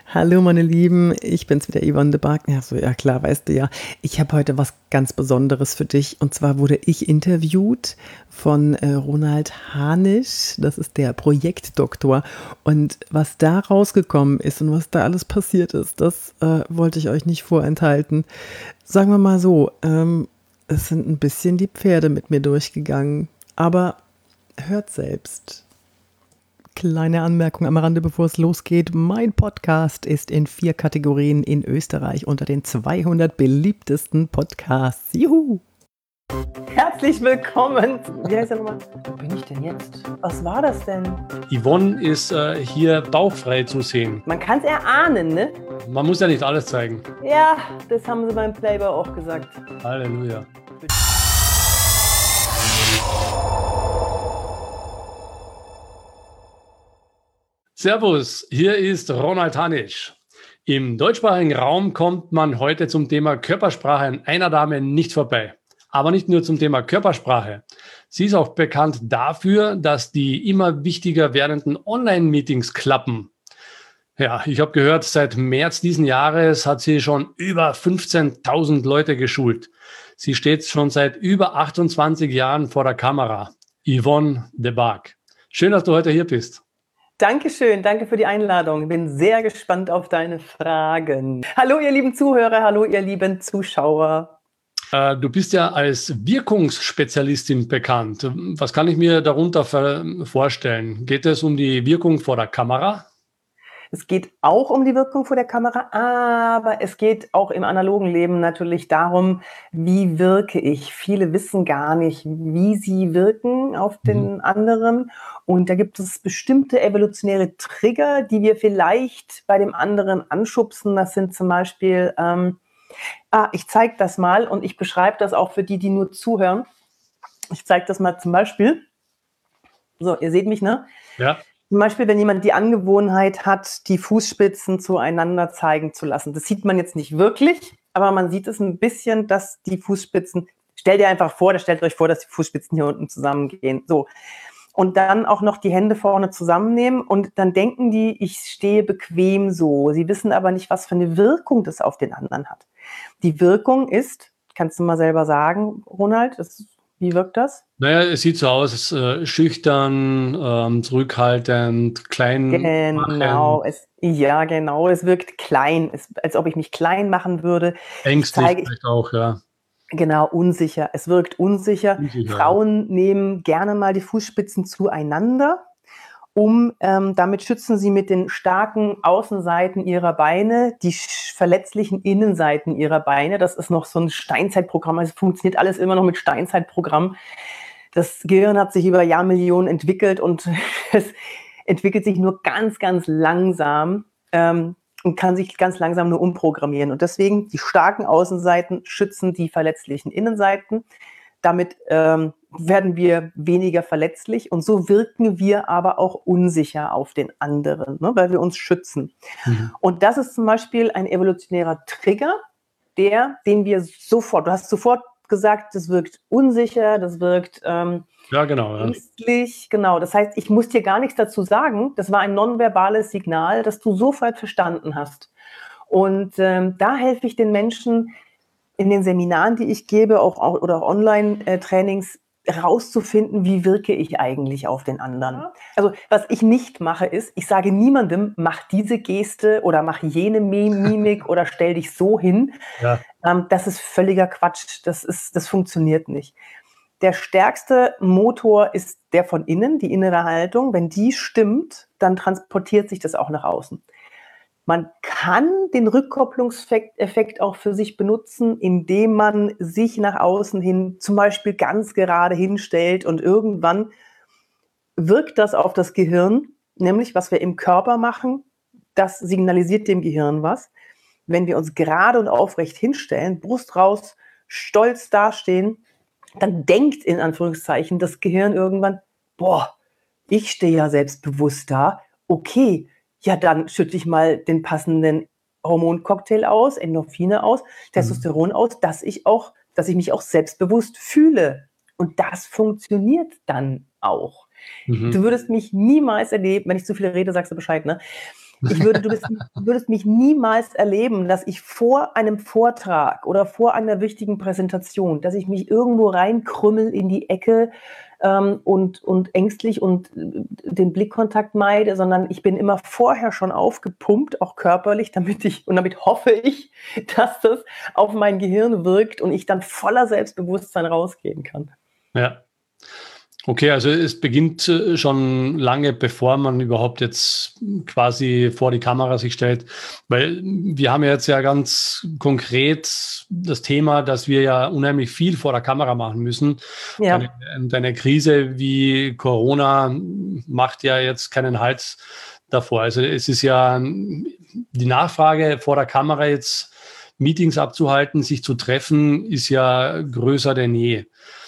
Hallo meine Lieben, ich bin's wieder, Yvonne de Barg. Ja, so, ja klar, weißt du ja. Ich habe heute was ganz Besonderes für dich. Und zwar wurde ich interviewt von Ronald Hanisch. Das ist der Projektdoktor. Und was da rausgekommen ist und was da alles passiert ist, das wollte ich euch nicht vorenthalten. Sagen wir mal so, es sind ein bisschen die Pferde mit mir durchgegangen. Aber hört selbst. Kleine Anmerkung am Rande, bevor es losgeht. Mein Podcast ist in 4 Kategorien in Österreich unter den 200 beliebtesten Podcasts. Juhu! Herzlich willkommen. Wie heißt der nochmal? Wo bin ich denn jetzt? Was war das denn? Yvonne ist hier bauchfrei zu sehen. Man kann es erahnen, ne? Man muss ja nicht alles zeigen. Ja, das haben sie beim Playboy auch gesagt. Halleluja. Servus, hier ist Ronald Hanisch. Im deutschsprachigen Raum kommt man heute zum Thema Körpersprache an einer Dame nicht vorbei. Aber nicht nur zum Thema Körpersprache. Sie ist auch bekannt dafür, dass die immer wichtiger werdenden Online-Meetings klappen. Ja, ich habe gehört, seit März diesen Jahres hat sie schon über 15.000 Leute geschult. Sie steht schon seit über 28 Jahren vor der Kamera. Yvonne de Barg. Schön, dass du heute hier bist. Dankeschön, danke für die Einladung. Bin sehr gespannt auf deine Fragen. Hallo ihr lieben Zuhörer, hallo ihr lieben Zuschauer. Du bist ja als Wirkungsspezialistin bekannt. Was kann ich mir darunter vorstellen? Geht es um die Wirkung vor der Kamera? Es geht auch um die Wirkung vor der Kamera, aber es geht auch im analogen Leben natürlich darum, wie wirke ich. Viele wissen gar nicht, wie sie wirken auf den anderen. Und da gibt es bestimmte evolutionäre Trigger, die wir vielleicht bei dem anderen anschubsen. Das sind zum Beispiel, ich zeige das mal und ich beschreibe das auch für die, die nur zuhören. Ich zeige das mal zum Beispiel. So, ihr seht mich, ne? Ja. Zum Beispiel, wenn jemand die Angewohnheit hat, die Fußspitzen zueinander zeigen zu lassen. Das sieht man jetzt nicht wirklich, aber man sieht es ein bisschen, dass die Fußspitzen, stellt euch vor, dass die Fußspitzen hier unten zusammengehen. So. Und dann auch noch die Hände vorne zusammennehmen und dann denken die, ich stehe bequem so. Sie wissen aber nicht, was für eine Wirkung das auf den anderen hat. Die Wirkung ist, kannst du mal selber sagen, Ronald, wie wirkt das? Naja, es sieht so aus, schüchtern, zurückhaltend, klein. Genau, es wirkt klein, als ob ich mich klein machen würde. Ängstlich vielleicht auch, ja. Genau, unsicher. Es wirkt unsicher. Frauen nehmen gerne mal die Fußspitzen zueinander, damit schützen sie mit den starken Außenseiten ihrer Beine die verletzlichen Innenseiten ihrer Beine. Das ist noch so ein Steinzeitprogramm. Also funktioniert alles immer noch mit Steinzeitprogramm. Das Gehirn hat sich über Jahrmillionen entwickelt und es entwickelt sich nur ganz, ganz langsam und kann sich ganz langsam nur umprogrammieren. Und deswegen die starken Außenseiten schützen die verletzlichen Innenseiten. Damit werden wir weniger verletzlich und so wirken wir aber auch unsicher auf den anderen, ne, weil wir uns schützen. Und das ist zum Beispiel ein evolutionärer Trigger, den wir sofort, du hast sofort gesagt, das wirkt unsicher, das wirkt ängstlich. Genau, das heißt, ich muss dir gar nichts dazu sagen. Das war ein nonverbales Signal, das du sofort verstanden hast. Und da helfe ich den Menschen in den Seminaren, die ich gebe, oder auch Online-Trainings, rauszufinden, wie wirke ich eigentlich auf den anderen. Also was ich nicht mache ist, ich sage niemandem, mach diese Geste oder mach jene Mimik oder stell dich so hin. Ja. Das ist völliger Quatsch, das funktioniert nicht. Der stärkste Motor ist der von innen, die innere Haltung. Wenn die stimmt, dann transportiert sich das auch nach außen. Man kann den Rückkopplungseffekt auch für sich benutzen, indem man sich nach außen hin zum Beispiel ganz gerade hinstellt und irgendwann wirkt das auf das Gehirn, nämlich was wir im Körper machen, das signalisiert dem Gehirn was. Wenn wir uns gerade und aufrecht hinstellen, Brust raus, stolz dastehen, dann denkt in Anführungszeichen das Gehirn irgendwann, boah, ich stehe ja selbstbewusst da, okay, ja, dann schütte ich mal den passenden Hormoncocktail aus, Endorphine aus, Testosteron aus, dass ich mich auch selbstbewusst fühle. Und das funktioniert dann auch. Du würdest mich niemals erleben, wenn ich zu viel rede, sagst du Bescheid, ne? Du würdest mich niemals erleben, dass ich vor einem Vortrag oder vor einer wichtigen Präsentation, dass ich mich irgendwo reinkrümmel in die Ecke und ängstlich und den Blickkontakt meide, sondern ich bin immer vorher schon aufgepumpt, auch körperlich, damit hoffe ich, dass das auf mein Gehirn wirkt und ich dann voller Selbstbewusstsein rausgehen kann. Ja. Okay, also es beginnt schon lange, bevor man überhaupt jetzt quasi vor die Kamera sich stellt, weil wir haben ja jetzt ja ganz konkret das Thema, dass wir ja unheimlich viel vor der Kamera machen müssen. Ja. Eine Krise wie Corona macht ja jetzt keinen Halt davor. Also es ist ja die Nachfrage vor der Kamera jetzt Meetings abzuhalten, sich zu treffen, ist ja größer denn je.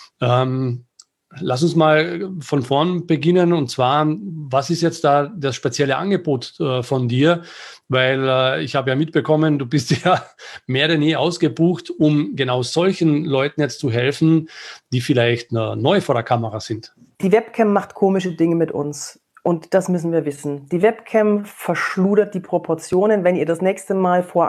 Lass uns mal von vorn beginnen, und zwar, was ist jetzt da das spezielle Angebot von dir? Weil ich habe ja mitbekommen, du bist ja mehr denn je ausgebucht, um genau solchen Leuten jetzt zu helfen, die vielleicht neu vor der Kamera sind. Die Webcam macht komische Dinge mit uns. Und das müssen wir wissen. Die Webcam verschludert die Proportionen. Wenn ihr das nächste Mal vor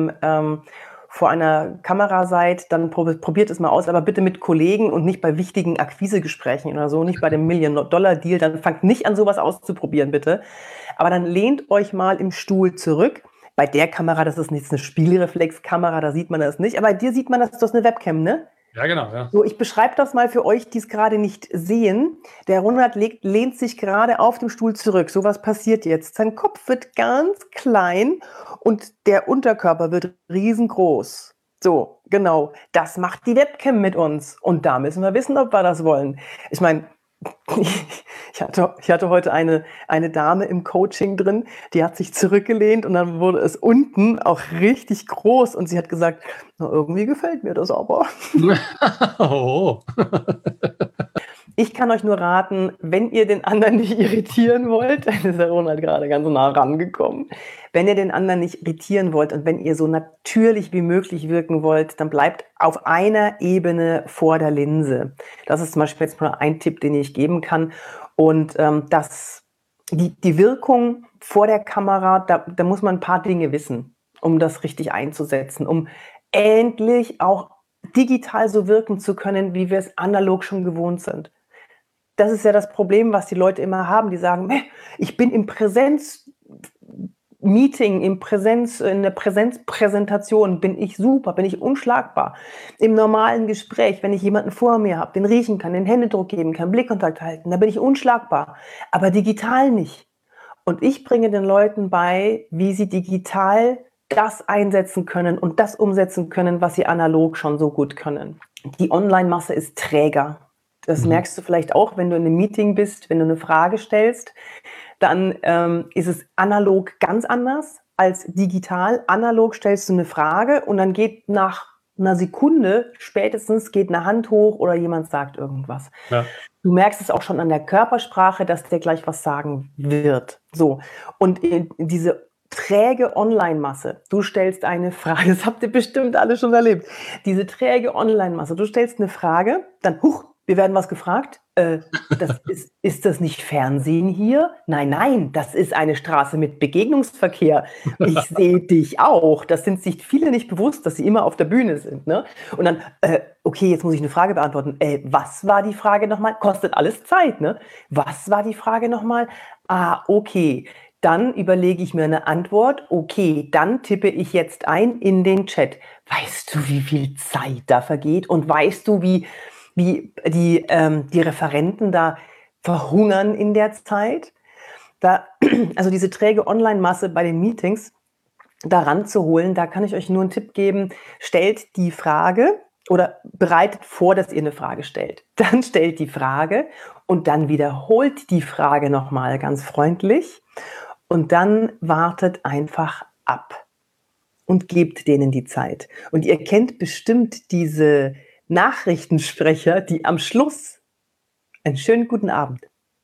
einer Kamera seid, dann probiert es mal aus, aber bitte mit Kollegen und nicht bei wichtigen Akquisegesprächen oder so, nicht bei dem Million-Dollar-Deal, dann fangt nicht an, sowas auszuprobieren, bitte. Aber dann lehnt euch mal im Stuhl zurück. Bei der Kamera, das ist nicht eine Spiegelreflexkamera, da sieht man das nicht, aber bei dir sieht man, das ist eine Webcam, ne? Ja, genau. Ja. So, ich beschreibe das mal für euch, die es gerade nicht sehen. Der Ronald lehnt sich gerade auf dem Stuhl zurück. So was passiert jetzt. Sein Kopf wird ganz klein und der Unterkörper wird riesengroß. So, genau. Das macht die Webcam mit uns. Und da müssen wir wissen, ob wir das wollen. Ich meine, ich hatte heute eine Dame im Coaching drin, die hat sich zurückgelehnt und dann wurde es unten auch richtig groß und sie hat gesagt, na, irgendwie gefällt mir das aber. Oh. Ich kann euch nur raten, wenn ihr den anderen nicht irritieren wollt, dann ist der Ronald gerade ganz nah rangekommen, wenn ihr den anderen nicht irritieren wollt und wenn ihr so natürlich wie möglich wirken wollt, dann bleibt auf einer Ebene vor der Linse. Das ist zum Beispiel jetzt mal ein Tipp, den ich geben kann. Und die Wirkung vor der Kamera, da muss man ein paar Dinge wissen, um das richtig einzusetzen, um endlich auch digital so wirken zu können, wie wir es analog schon gewohnt sind. Das ist ja das Problem, was die Leute immer haben. Die sagen, ich bin im Präsenzmeeting, in der Präsenzpräsentation bin ich super, bin ich unschlagbar. Im normalen Gespräch, wenn ich jemanden vor mir habe, den riechen kann, den Händedruck geben kann, Blickkontakt halten, da bin ich unschlagbar. Aber digital nicht. Und ich bringe den Leuten bei, wie sie digital das einsetzen können und das umsetzen können, was sie analog schon so gut können. Die Online-Masse ist träger. Das merkst du vielleicht auch, wenn du in einem Meeting bist, wenn du eine Frage stellst, dann ist es analog ganz anders als digital. Analog stellst du eine Frage und dann geht nach einer Sekunde spätestens geht eine Hand hoch oder jemand sagt irgendwas. Ja. Du merkst es auch schon an der Körpersprache, dass der gleich was sagen wird. So. Und diese träge Online-Masse, du stellst eine Frage, das habt ihr bestimmt alle schon erlebt, diese Online-Masse, du stellst eine Frage, dann wir werden was gefragt. Ist das nicht Fernsehen hier? Nein, das ist eine Straße mit Begegnungsverkehr. Ich sehe dich auch. Das sind sich viele nicht bewusst, dass sie immer auf der Bühne sind. Ne? Und dann, okay, jetzt muss ich eine Frage beantworten. Was war die Frage nochmal? Kostet alles Zeit, ne? Was war die Frage nochmal? Okay. Dann überlege ich mir eine Antwort. Okay, dann tippe ich jetzt ein in den Chat. Weißt du, wie viel Zeit da vergeht? Und weißt du, wie die Referenten da verhungern in der Zeit. Also diese träge Online-Masse bei den Meetings da ranzuholen, da kann ich euch nur einen Tipp geben, stellt die Frage oder bereitet vor, dass ihr eine Frage stellt. Dann stellt die Frage und dann wiederholt die Frage nochmal ganz freundlich und dann wartet einfach ab und gebt denen die Zeit. Und ihr kennt bestimmt diese Nachrichtensprecher, die am Schluss einen schönen guten Abend,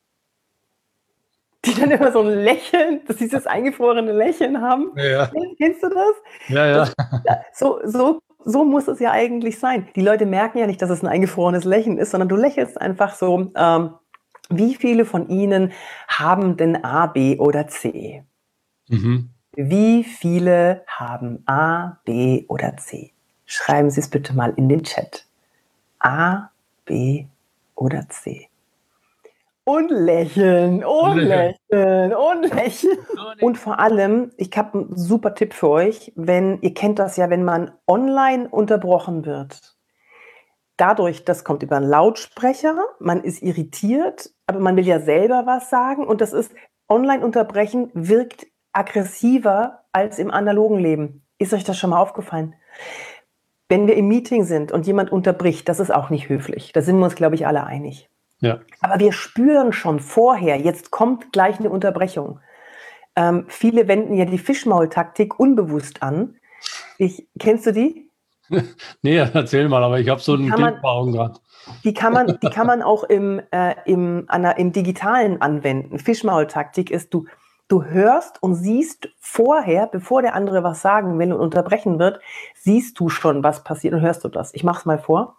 die dann immer so ein Lächeln, dass dieses eingefrorene Lächeln haben. Ja. Kennst du das? Ja. So muss es ja eigentlich sein. Die Leute merken ja nicht, dass es ein eingefrorenes Lächeln ist, sondern du lächelst einfach so. Wie viele von Ihnen haben denn A, B oder C? Mhm. Wie viele haben A, B oder C? Schreiben Sie es bitte mal in den Chat. A, B oder C. Und lächeln, und lächeln, und lächeln. Und vor allem, ich habe einen super Tipp für euch, ihr kennt das ja, wenn man online unterbrochen wird. Dadurch, das kommt über einen Lautsprecher, man ist irritiert, aber man will ja selber was sagen und das ist, online unterbrechen wirkt aggressiver als im analogen Leben. Ist euch das schon mal aufgefallen? Wenn wir im Meeting sind und jemand unterbricht, das ist auch nicht höflich. Da sind wir uns, glaube ich, alle einig. Ja. Aber wir spüren schon vorher, jetzt kommt gleich eine Unterbrechung. Viele wenden ja die Fischmaultaktik unbewusst an. Kennst du die? Nee, erzähl mal, aber ich habe so ein Bild vor Augen gerade. Die kann man auch im Digitalen anwenden. Fischmaultaktik ist, du hörst und siehst vorher, bevor der andere was sagen will und unterbrechen wird, siehst du schon, was passiert und hörst du das. Ich mache es mal vor.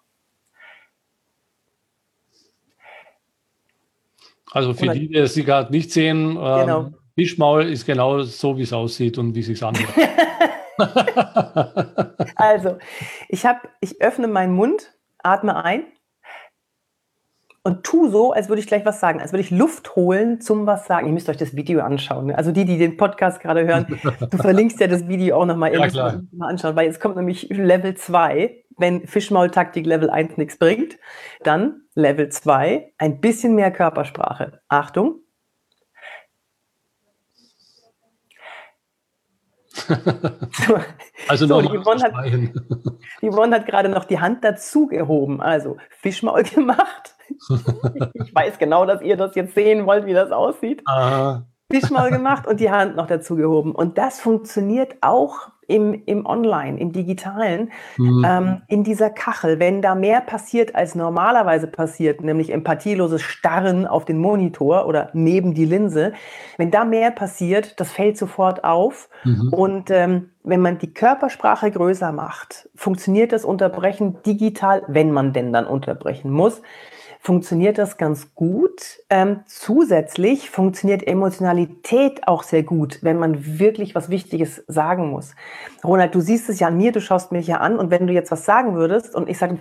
Also für die es gerade nicht sehen, Genau. Fischmaul ist genau so, wie es aussieht und wie es sich anhört. Also, ich öffne meinen Mund, atme ein und tu so, als würde ich gleich was sagen, als würde ich Luft holen zum was sagen. Ihr müsst euch das Video anschauen. Ne? Also die den Podcast gerade hören, du verlinkst ja das Video auch nochmal. Ihr müsst mal anschauen, weil jetzt kommt nämlich Level 2. Wenn Fischmaultaktik Level 1 nichts bringt, dann Level 2, ein bisschen mehr Körpersprache. Achtung. Also so, noch die Yvonne hat gerade noch die Hand dazu gehoben, also Fischmaul gemacht. Ich weiß genau, dass ihr das jetzt sehen wollt, wie das aussieht. Fischmaul gemacht und die Hand noch dazu gehoben. Und das funktioniert auch im Online, im Digitalen, in dieser Kachel. Wenn da mehr passiert, als normalerweise passiert, nämlich empathieloses Starren auf den Monitor oder neben die Linse, wenn da mehr passiert, das fällt sofort auf. Und wenn man die Körpersprache größer macht, funktioniert das Unterbrechen digital, wenn man denn dann unterbrechen muss, funktioniert das ganz gut. Zusätzlich funktioniert Emotionalität auch sehr gut, wenn man wirklich was Wichtiges sagen muss. Ronald, du siehst es ja an mir, du schaust mich ja an und wenn du jetzt was sagen würdest und ich sage,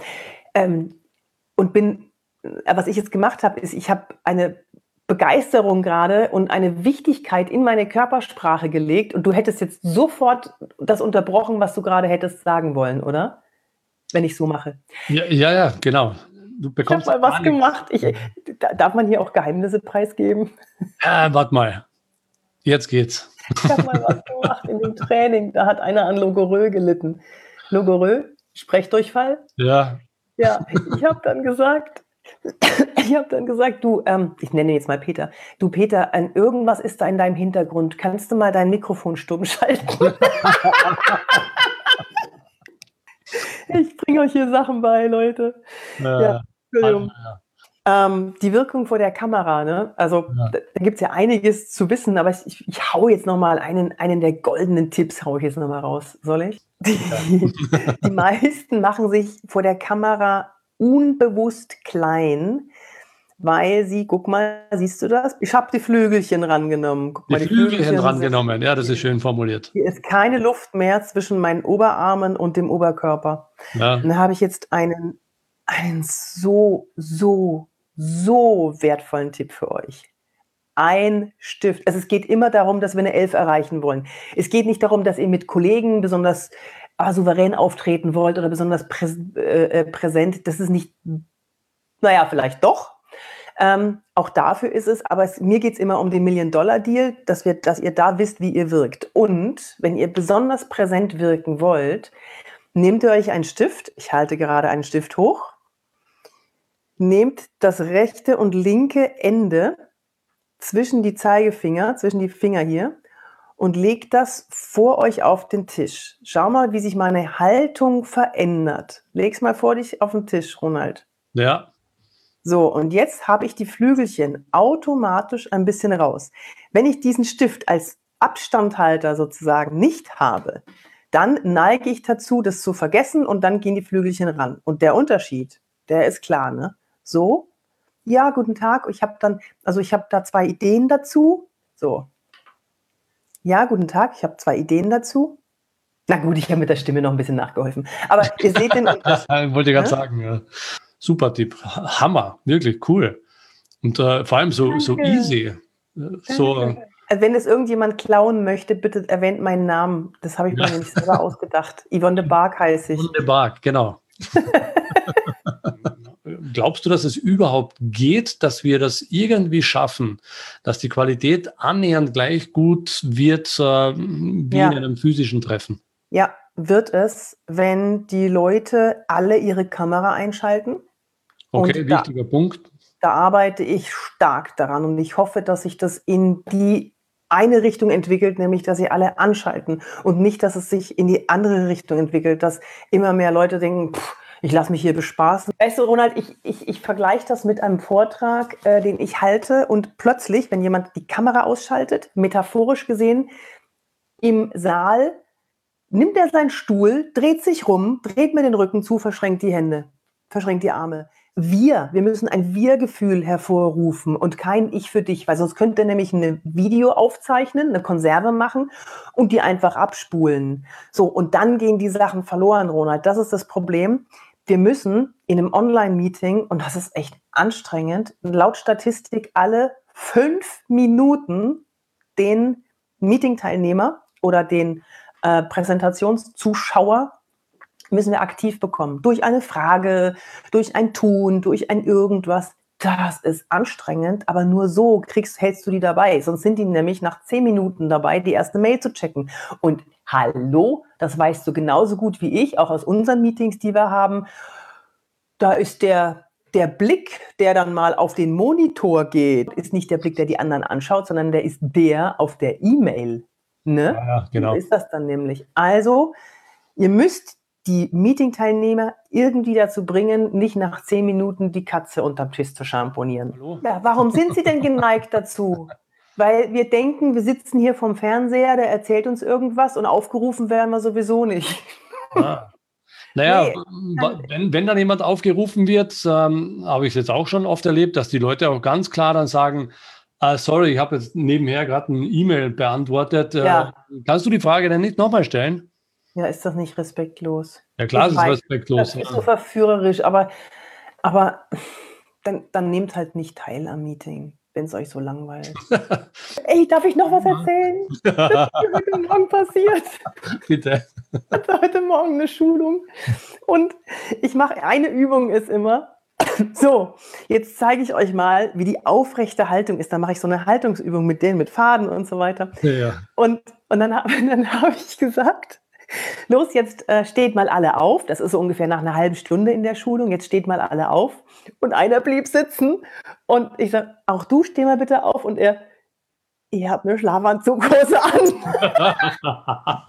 was ich jetzt gemacht habe, ist, ich habe eine Begeisterung gerade und eine Wichtigkeit in meine Körpersprache gelegt und du hättest jetzt sofort das unterbrochen, was du gerade hättest sagen wollen, oder? Wenn ich so mache. Ja, genau. Ich habe mal was gemacht. Darf man hier auch Geheimnisse preisgeben? Warte mal. Jetzt geht's. Ich habe mal was gemacht in dem Training. Da hat einer an Logorö gelitten. Logorö? Sprechdurchfall? Ja. Ja, ich habe dann gesagt, du, ich nenne jetzt mal Peter. Du Peter, irgendwas ist da in deinem Hintergrund. Kannst du mal dein Mikrofon stumm schalten? Ich bringe euch hier Sachen bei, Leute. Ja, Entschuldigung. Die Wirkung vor der Kamera, ne? Also da gibt es ja einiges zu wissen, aber ich hau jetzt nochmal einen der goldenen Tipps hau ich jetzt nochmal raus. Soll ich? Die meisten machen sich vor der Kamera unbewusst klein, weil sie, guck mal, siehst du das? Ich habe die Flügelchen rangenommen. Guck mal, die Flügelchen rangenommen, ja, das ist schön formuliert. Hier ist keine Luft mehr zwischen meinen Oberarmen und dem Oberkörper. Ja. Und da habe ich jetzt einen so wertvollen Tipp für euch. Ein Stift. Also es geht immer darum, dass wir eine 11 erreichen wollen. Es geht nicht darum, dass ihr mit Kollegen besonders souverän auftreten wollt oder besonders präsent. Das ist nicht, naja, vielleicht doch. Auch dafür ist es, aber mir geht es immer um den Million-Dollar-Deal, dass ihr da wisst, wie ihr wirkt. Und wenn ihr besonders präsent wirken wollt, nehmt ihr euch einen Stift. Ich halte gerade einen Stift hoch. Nehmt das rechte und linke Ende zwischen die Zeigefinger, zwischen die Finger hier und legt das vor euch auf den Tisch. Schau mal, wie sich meine Haltung verändert. Leg's mal vor dich auf den Tisch, Ronald. Ja. So, und jetzt habe ich die Flügelchen automatisch ein bisschen raus. Wenn ich diesen Stift als Abstandhalter sozusagen nicht habe, dann neige ich dazu, das zu vergessen und dann gehen die Flügelchen ran. Und der Unterschied, der ist klar, ne? So, ja, guten Tag, ich habe da 2 Ideen dazu. So. Ja, guten Tag, ich habe 2 Ideen dazu. Na gut, ich habe mit der Stimme noch ein bisschen nachgeholfen. Aber ihr seht den Unterschied. Wollte ich gerade sagen, ja. Super Tipp. Hammer, wirklich cool. Und vor allem so easy. Wenn es irgendjemand klauen möchte, bitte erwähnt meinen Namen. Das habe ich mir nämlich selber ausgedacht. Yvonne de Barg heiße ich. Yvonne de Barg, genau. Glaubst du, dass es überhaupt geht, dass wir das irgendwie schaffen, dass die Qualität annähernd gleich gut wird wie in einem physischen Treffen? Ja, wird es, wenn die Leute alle ihre Kamera einschalten. Okay, wichtiger Punkt. Da arbeite ich stark daran und ich hoffe, dass sich das in die eine Richtung entwickelt, nämlich, dass sie alle anschalten und nicht, dass es sich in die andere Richtung entwickelt, dass immer mehr Leute denken, ich lasse mich hier bespaßen. Weißt du, Ronald, ich vergleiche das mit einem Vortrag, den ich halte und plötzlich, wenn jemand die Kamera ausschaltet, metaphorisch gesehen, im Saal, nimmt er seinen Stuhl, dreht sich rum, dreht mir den Rücken zu, verschränkt die Hände, verschränkt die Arme. Wir müssen ein Wir-Gefühl hervorrufen und kein Ich für dich, weil sonst könnt ihr nämlich ein Video aufzeichnen, eine Konserve machen und die einfach abspulen. So, und dann gehen die Sachen verloren, Ronald. Das ist das Problem. Wir müssen in einem Online-Meeting, und das ist echt anstrengend, laut Statistik alle 5 Minuten den Meeting-Teilnehmer oder den Präsentationszuschauer müssen wir aktiv bekommen. Durch eine Frage, durch ein Tun, durch ein irgendwas. Das ist anstrengend, aber nur so hältst du die dabei. Sonst sind die nämlich nach 10 Minuten dabei, die erste Mail zu checken. Und hallo, das weißt du genauso gut wie ich, auch aus unseren Meetings, die wir haben. Da ist der Blick, der dann mal auf den Monitor geht, ist nicht der Blick, der die anderen anschaut, sondern der ist der auf der E-Mail. Ne? Ja, genau. So ist das dann nämlich. Also, ihr müsst die Meeting-Teilnehmer irgendwie dazu bringen, nicht nach 10 Minuten die Katze unterm Tisch zu schamponieren. Hallo? Ja, warum sind sie denn geneigt dazu? Weil wir denken, wir sitzen hier vorm Fernseher, der erzählt uns irgendwas und aufgerufen werden wir sowieso nicht. Ah. Naja, wenn dann jemand aufgerufen wird, habe ich es jetzt auch schon oft erlebt, dass die Leute auch ganz klar dann sagen, sorry, ich habe jetzt nebenher gerade eine E-Mail beantwortet. Kannst du die Frage denn nicht nochmal stellen? Ja, ist das nicht respektlos? Ja, klar, es ist respektlos. Das ist so verführerisch, aber dann nehmt halt nicht teil am Meeting, wenn es euch so langweilt. Ey, darf ich noch was erzählen? Das ist mir heute Morgen passiert. Bitte. Ich hatte heute Morgen eine Schulung und ich mache eine Übung ist immer, so, jetzt zeige ich euch mal, wie die aufrechte Haltung ist. Dann mache ich so eine Haltungsübung mit denen, mit Faden und so weiter. Ja. Und dann habe ich gesagt, los, jetzt steht mal alle auf. Das ist so ungefähr nach einer halben Stunde in der Schulung. Jetzt steht mal alle auf. Und einer blieb sitzen. Und ich sage, auch du steh mal bitte auf. Und er, ihr habt eine Schlafanzughose an.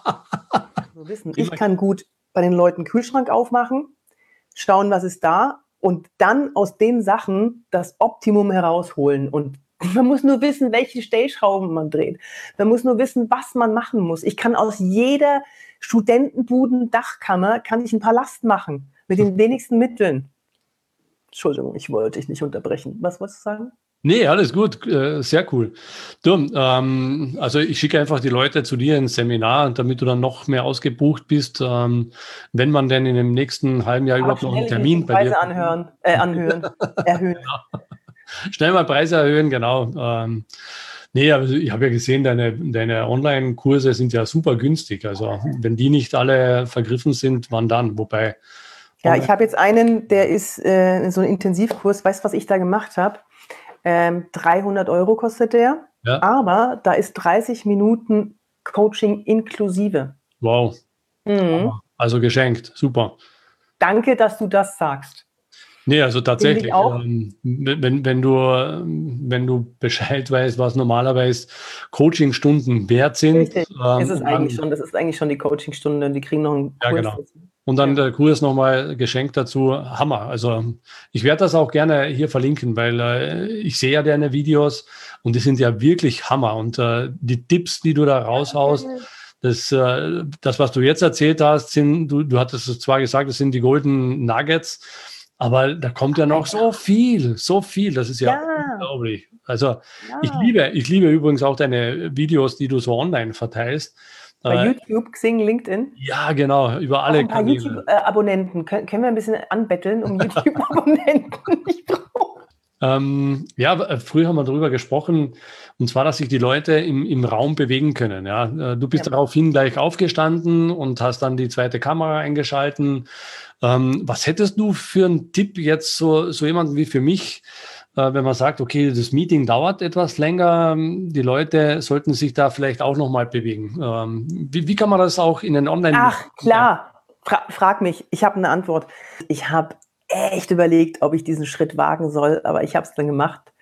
So wissen, ich kann gut bei den Leuten Kühlschrank aufmachen, schauen, was ist da. Und dann aus den Sachen das Optimum herausholen. Und man muss nur wissen, welche Stellschrauben man dreht. Man muss nur wissen, was man machen muss. Ich kann aus jeder Studentenbuden-Dachkammer kann ich einen Palast machen. Mit den wenigsten Mitteln. Entschuldigung, ich wollte dich nicht unterbrechen. Was wolltest du sagen? Nee, alles gut. Sehr cool. Du, also ich schicke einfach die Leute zu dir ins Seminar, damit du dann noch mehr ausgebucht bist, wenn man denn in dem nächsten halben Jahr überhaupt noch einen Termin bei dir... erhöhen. Genau. Schnell mal Preise erhöhen, genau. Nee, aber ich habe ja gesehen, deine Online-Kurse sind ja super günstig. Also wenn die nicht alle vergriffen sind, wann dann? Wobei... Ja, ich habe jetzt einen, der ist so ein Intensivkurs. Weißt du, was ich da gemacht habe? 300 € kostet der, aber da ist 30 Minuten Coaching inklusive. Wow. Mhm. Also geschenkt, super. Danke, dass du das sagst. Nee, also tatsächlich, auch. Wenn du Bescheid weißt, was normalerweise Coachingstunden wert sind. Richtig, das ist eigentlich schon die Coachingstunde, die kriegen noch einen Kurs. Genau. Und dann der Kurs nochmal geschenkt dazu, Hammer. Also ich werde das auch gerne hier verlinken, weil ich sehe ja deine Videos und die sind ja wirklich Hammer. Und die Tipps, die du da raushaust, das, was du jetzt erzählt hast, du hattest es zwar gesagt, das sind die Golden Nuggets, Aber da kommt ja noch so viel, so viel. Das ist ja unglaublich. Also ich liebe übrigens auch deine Videos, die du so online verteilst. Bei YouTube, Xing, LinkedIn. Ja, genau, über Auch alle ein paar Kanäle. YouTube-Abonnenten. Können wir ein bisschen anbetteln um YouTube-Abonnenten? Früher haben wir darüber gesprochen, und zwar, dass sich die Leute im Raum bewegen können. Ja, du bist daraufhin gleich aufgestanden und hast dann die zweite Kamera eingeschalten. Was hättest du für einen Tipp jetzt so jemanden wie für mich, wenn man sagt, okay, das Meeting dauert etwas länger, die Leute sollten sich da vielleicht auch nochmal bewegen. Wie kann man das auch in den Online-Meetings? Ach, klar. Frag mich. Ich habe eine Antwort. Ich habe echt überlegt, ob ich diesen Schritt wagen soll, aber ich habe es dann gemacht.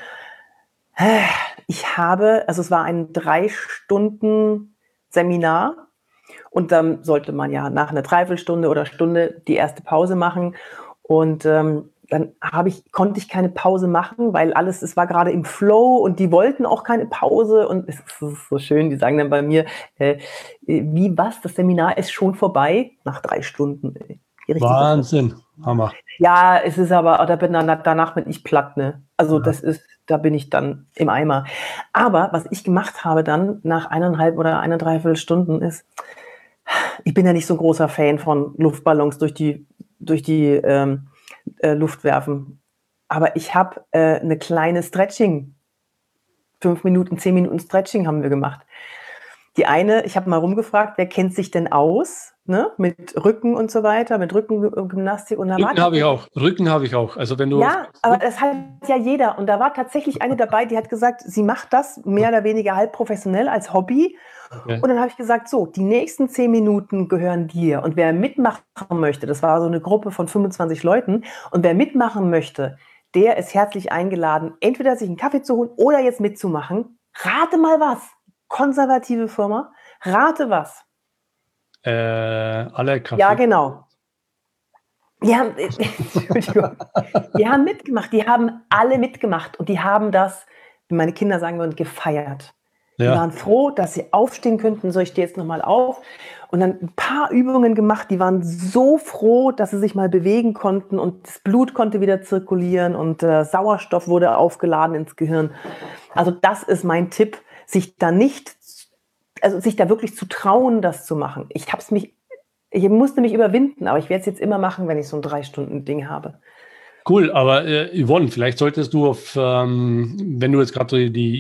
Es war ein 3-Stunden-Seminar und dann sollte man ja nach einer Dreiviertelstunde oder Stunde die erste Pause machen und dann konnte ich keine Pause machen, weil es war gerade im Flow und die wollten auch keine Pause und es ist so schön, die sagen dann bei mir, das Seminar ist schon vorbei nach 3 Stunden. Wahnsinn, Hammer. Ja, es ist aber, danach bin ich platt, ne? Also da bin ich dann im Eimer. Aber was ich gemacht habe dann nach 1,5 oder 1 Dreiviertelstunden ist, ich bin ja nicht so ein großer Fan von Luftballons durch die Luft werfen. Aber ich habe eine kleine Stretching, 5 Minuten, 10 Minuten Stretching haben wir gemacht. Ich habe mal rumgefragt, wer kennt sich denn aus, ne? Mit Rücken und so weiter, mit Rückengymnastik. Und Rücken habe ich auch. Also wenn du aber das hat ja jeder. Und da war tatsächlich eine dabei, die hat gesagt, sie macht das mehr oder weniger halb professionell als Hobby. Okay. Und dann habe ich gesagt, so, die nächsten 10 Minuten gehören dir. Und wer mitmachen möchte, das war so eine Gruppe von 25 Leuten, und wer mitmachen möchte, der ist herzlich eingeladen, entweder sich einen Kaffee zu holen oder jetzt mitzumachen. Rate mal was. Konservative Firma. Rate was. Alle Kaffee. Ja, genau. Die haben mitgemacht. Die haben alle mitgemacht. Und die haben das, wie meine Kinder sagen würden, gefeiert. Ja. Die waren froh, dass sie aufstehen könnten. So, ich stehe jetzt nochmal auf. Und dann ein paar Übungen gemacht. Die waren so froh, dass sie sich mal bewegen konnten. Und das Blut konnte wieder zirkulieren. Und Sauerstoff wurde aufgeladen ins Gehirn. Also das ist mein Tipp, sich da wirklich zu trauen, das zu machen. Ich musste mich überwinden, aber ich werde es jetzt immer machen, wenn ich so ein 3-Stunden-Ding habe. Cool, aber Yvonne, vielleicht solltest du wenn du jetzt gerade die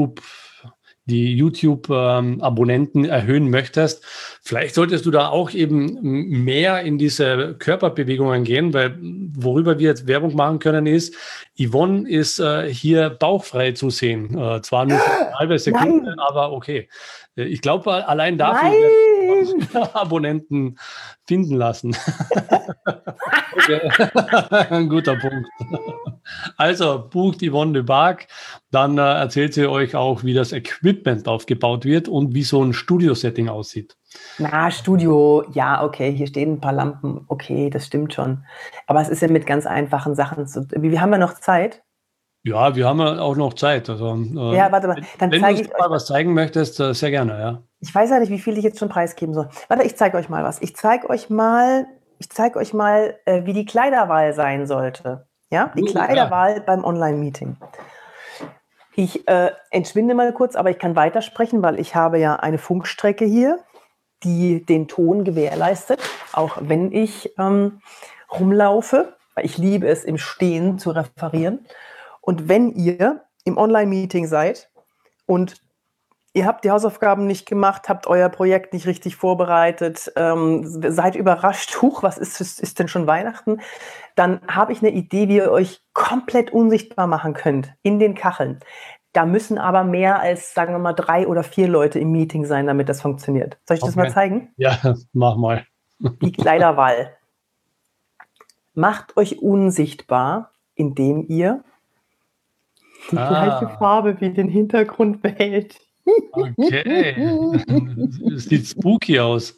YouTube-Abonnenten erhöhen möchtest, vielleicht solltest du da auch eben mehr in diese Körperbewegungen gehen, weil worüber wir jetzt Werbung machen können ist, Yvonne ist hier bauchfrei zu sehen. Zwar nur für eine halbe Sekunde, aber okay. Ich glaube, allein dafür Abonnenten finden lassen. Okay. Ein guter Punkt. Also bucht Yvonne de Barg, dann erzählt sie euch auch, wie das Equipment aufgebaut wird und wie so ein Studio-Setting aussieht. Studio, ja, okay, hier stehen ein paar Lampen, okay, das stimmt schon. Aber es ist ja mit ganz einfachen Sachen. Wie haben wir noch Zeit? Ja, wir haben ja auch noch Zeit. Also, warte mal, dann wenn du uns mal was zeigen möchtest, sehr gerne, ja. Ich weiß ja nicht, wie viel ich jetzt schon preisgeben soll. Warte, ich zeige euch mal was. Ich zeige euch mal, wie die Kleiderwahl sein sollte. Ja, die Kleiderwahl beim Online-Meeting. Ich entschwinde mal kurz, aber ich kann weitersprechen, weil ich habe ja eine Funkstrecke hier, die den Ton gewährleistet, auch wenn ich rumlaufe. Ich liebe es, im Stehen zu referieren. Und wenn ihr im Online-Meeting seid und ihr habt die Hausaufgaben nicht gemacht, habt euer Projekt nicht richtig vorbereitet, seid überrascht, was ist denn schon Weihnachten? Dann habe ich eine Idee, wie ihr euch komplett unsichtbar machen könnt in den Kacheln. Da müssen aber mehr als, sagen wir mal, 3 oder 4 Leute im Meeting sein, damit das funktioniert. Soll ich das mal zeigen? Ja, mach mal. Die Kleiderwahl. Macht euch unsichtbar, indem ihr die gleiche Farbe wie den Hintergrund wählt. Okay. Das sieht spooky aus.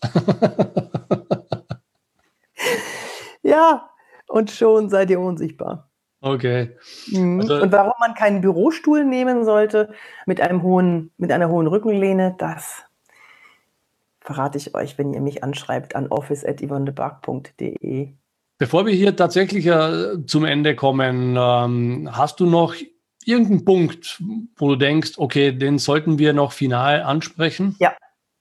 Ja, und schon seid ihr unsichtbar. Okay. Also, und warum man keinen Bürostuhl nehmen sollte mit einer hohen Rückenlehne, das verrate ich euch, wenn ihr mich anschreibt an office@yvonnedebarg.de. Bevor wir hier tatsächlich zum Ende kommen, hast du noch irgendeinen Punkt, wo du denkst, okay, den sollten wir noch final ansprechen? Ja.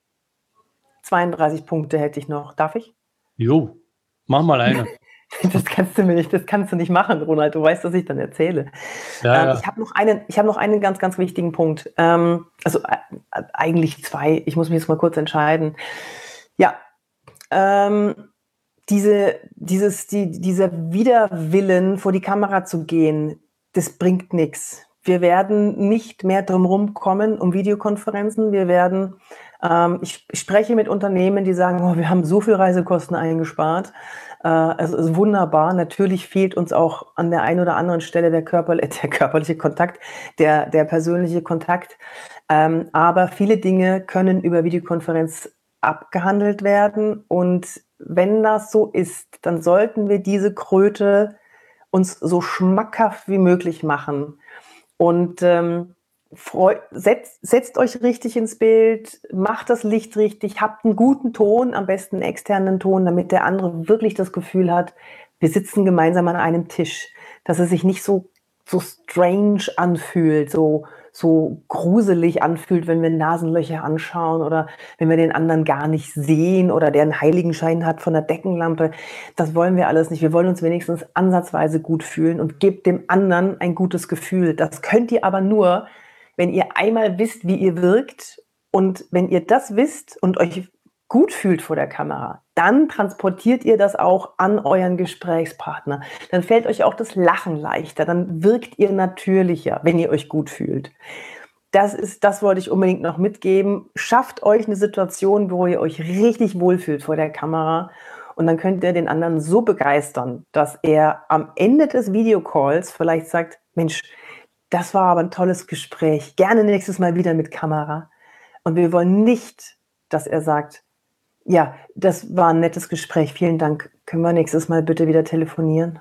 32 Punkte hätte ich noch. Darf ich? Jo, mach mal eine. Das kannst du nicht machen, Ronald. Du weißt, dass ich dann erzähle. Ja. Ich habe noch einen ganz, ganz wichtigen Punkt. Eigentlich zwei. Ich muss mich jetzt mal kurz entscheiden. Ja, dieser Widerwillen, vor die Kamera zu gehen, das bringt nichts. Wir werden nicht mehr drumherum kommen um Videokonferenzen. Ich spreche mit Unternehmen, die sagen, oh, wir haben so viel Reisekosten eingespart. Also ist wunderbar. Natürlich fehlt uns auch an der einen oder anderen Stelle der körperliche Kontakt, der persönliche Kontakt. Aber viele Dinge können über Videokonferenz abgehandelt werden. Und wenn das so ist, dann sollten wir diese Kröte uns so schmackhaft wie möglich machen. Und setzt euch richtig ins Bild, macht das Licht richtig, habt einen guten Ton, am besten einen externen Ton, damit der andere wirklich das Gefühl hat, wir sitzen gemeinsam an einem Tisch, dass es sich nicht so strange anfühlt, so gruselig anfühlt, wenn wir Nasenlöcher anschauen oder wenn wir den anderen gar nicht sehen oder der einen Heiligenschein hat von der Deckenlampe. Das wollen wir alles nicht. Wir wollen uns wenigstens ansatzweise gut fühlen und gebt dem anderen ein gutes Gefühl. Das könnt ihr aber nur, wenn ihr einmal wisst, wie ihr wirkt, und wenn ihr das wisst und euch gut fühlt vor der Kamera, dann transportiert ihr das auch an euren Gesprächspartner. Dann fällt euch auch das Lachen leichter, dann wirkt ihr natürlicher, wenn ihr euch gut fühlt. Das wollte ich unbedingt noch mitgeben. Schafft euch eine Situation, wo ihr euch richtig wohlfühlt vor der Kamera, und dann könnt ihr den anderen so begeistern, dass er am Ende des Videocalls vielleicht sagt, Mensch, das war aber ein tolles Gespräch. Gerne nächstes Mal wieder mit Kamera. Und wir wollen nicht, dass er sagt, ja, das war ein nettes Gespräch, vielen Dank. Können wir nächstes Mal bitte wieder telefonieren?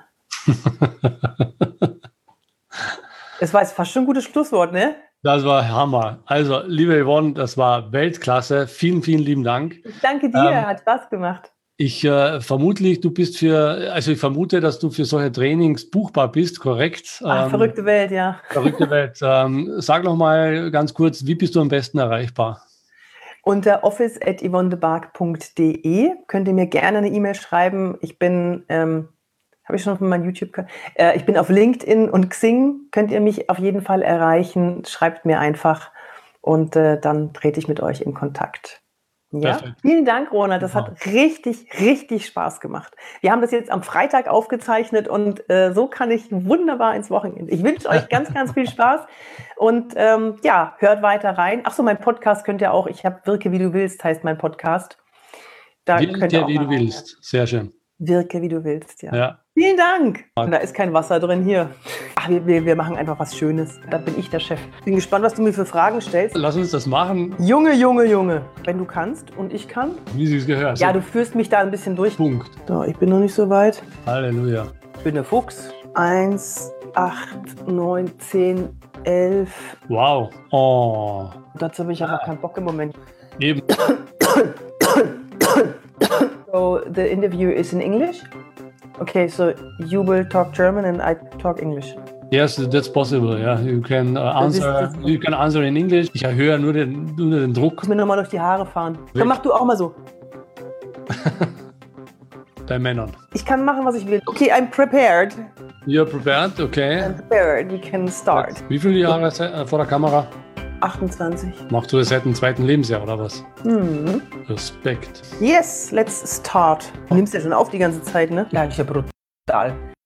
Das war jetzt fast schon ein gutes Schlusswort, ne? Das war Hammer. Also, liebe Yvonne, das war Weltklasse. Vielen, vielen lieben Dank. Ich danke dir, hat Spaß gemacht. Ich vermute, dass du für solche Trainings buchbar bist, korrekt? Verrückte Welt, ja. Verrückte Welt. Sag noch mal ganz kurz, wie bist du am besten erreichbar? Unter office@yvonnebark.de könnt ihr mir gerne eine E-Mail schreiben. Ich bin, habe ich schon von meinem YouTube-Kanal, ich bin auf LinkedIn und Xing, könnt ihr mich auf jeden Fall erreichen. Schreibt mir einfach und dann trete ich mit euch in Kontakt. Ja, perfekt. Vielen Dank, Ronald. Das hat richtig, richtig Spaß gemacht. Wir haben das jetzt am Freitag aufgezeichnet und so kann ich wunderbar ins Wochenende. Ich wünsche euch ganz, ganz viel Spaß und hört weiter rein. Achso, mein Podcast könnt ihr auch, ich habe Wirke wie du willst, heißt mein Podcast. Wirke wie du willst, sehr schön. Wirke wie du willst, ja. Vielen Dank. Und da ist kein Wasser drin hier. Ach, wir machen einfach was Schönes. Da bin ich der Chef. Bin gespannt, was du mir für Fragen stellst. Lass uns das machen. Junge, Junge, Junge. Wenn du kannst und ich kann. Wie sie es gehört. Ja, du führst mich da ein bisschen durch. Punkt. So, ich bin noch nicht so weit. Halleluja. Ich bin der Fuchs. 1, 8, 9, 10, 11. Wow. Oh. Dazu habe ich aber keinen Bock im Moment. Eben. So, the interview is in English? Okay, so you will talk German and I talk English. Yes, that's possible. Yeah, you can answer. You can answer in English. Ich höre nur den Druck. Ich muss mir nochmal durch die Haare fahren. Dann mach du auch mal so. Bei Männern. Ich kann machen, was ich will. Okay, I'm prepared. You're prepared, okay. I'm prepared. We can start. Wie viele Jahre vor der Kamera? 28. Machst du das seit dem 2. Lebensjahr oder was? Mhm. Respekt. Yes, let's start. Du nimmst ja schon auf die ganze Zeit, ne? Ja, ist ja brutal.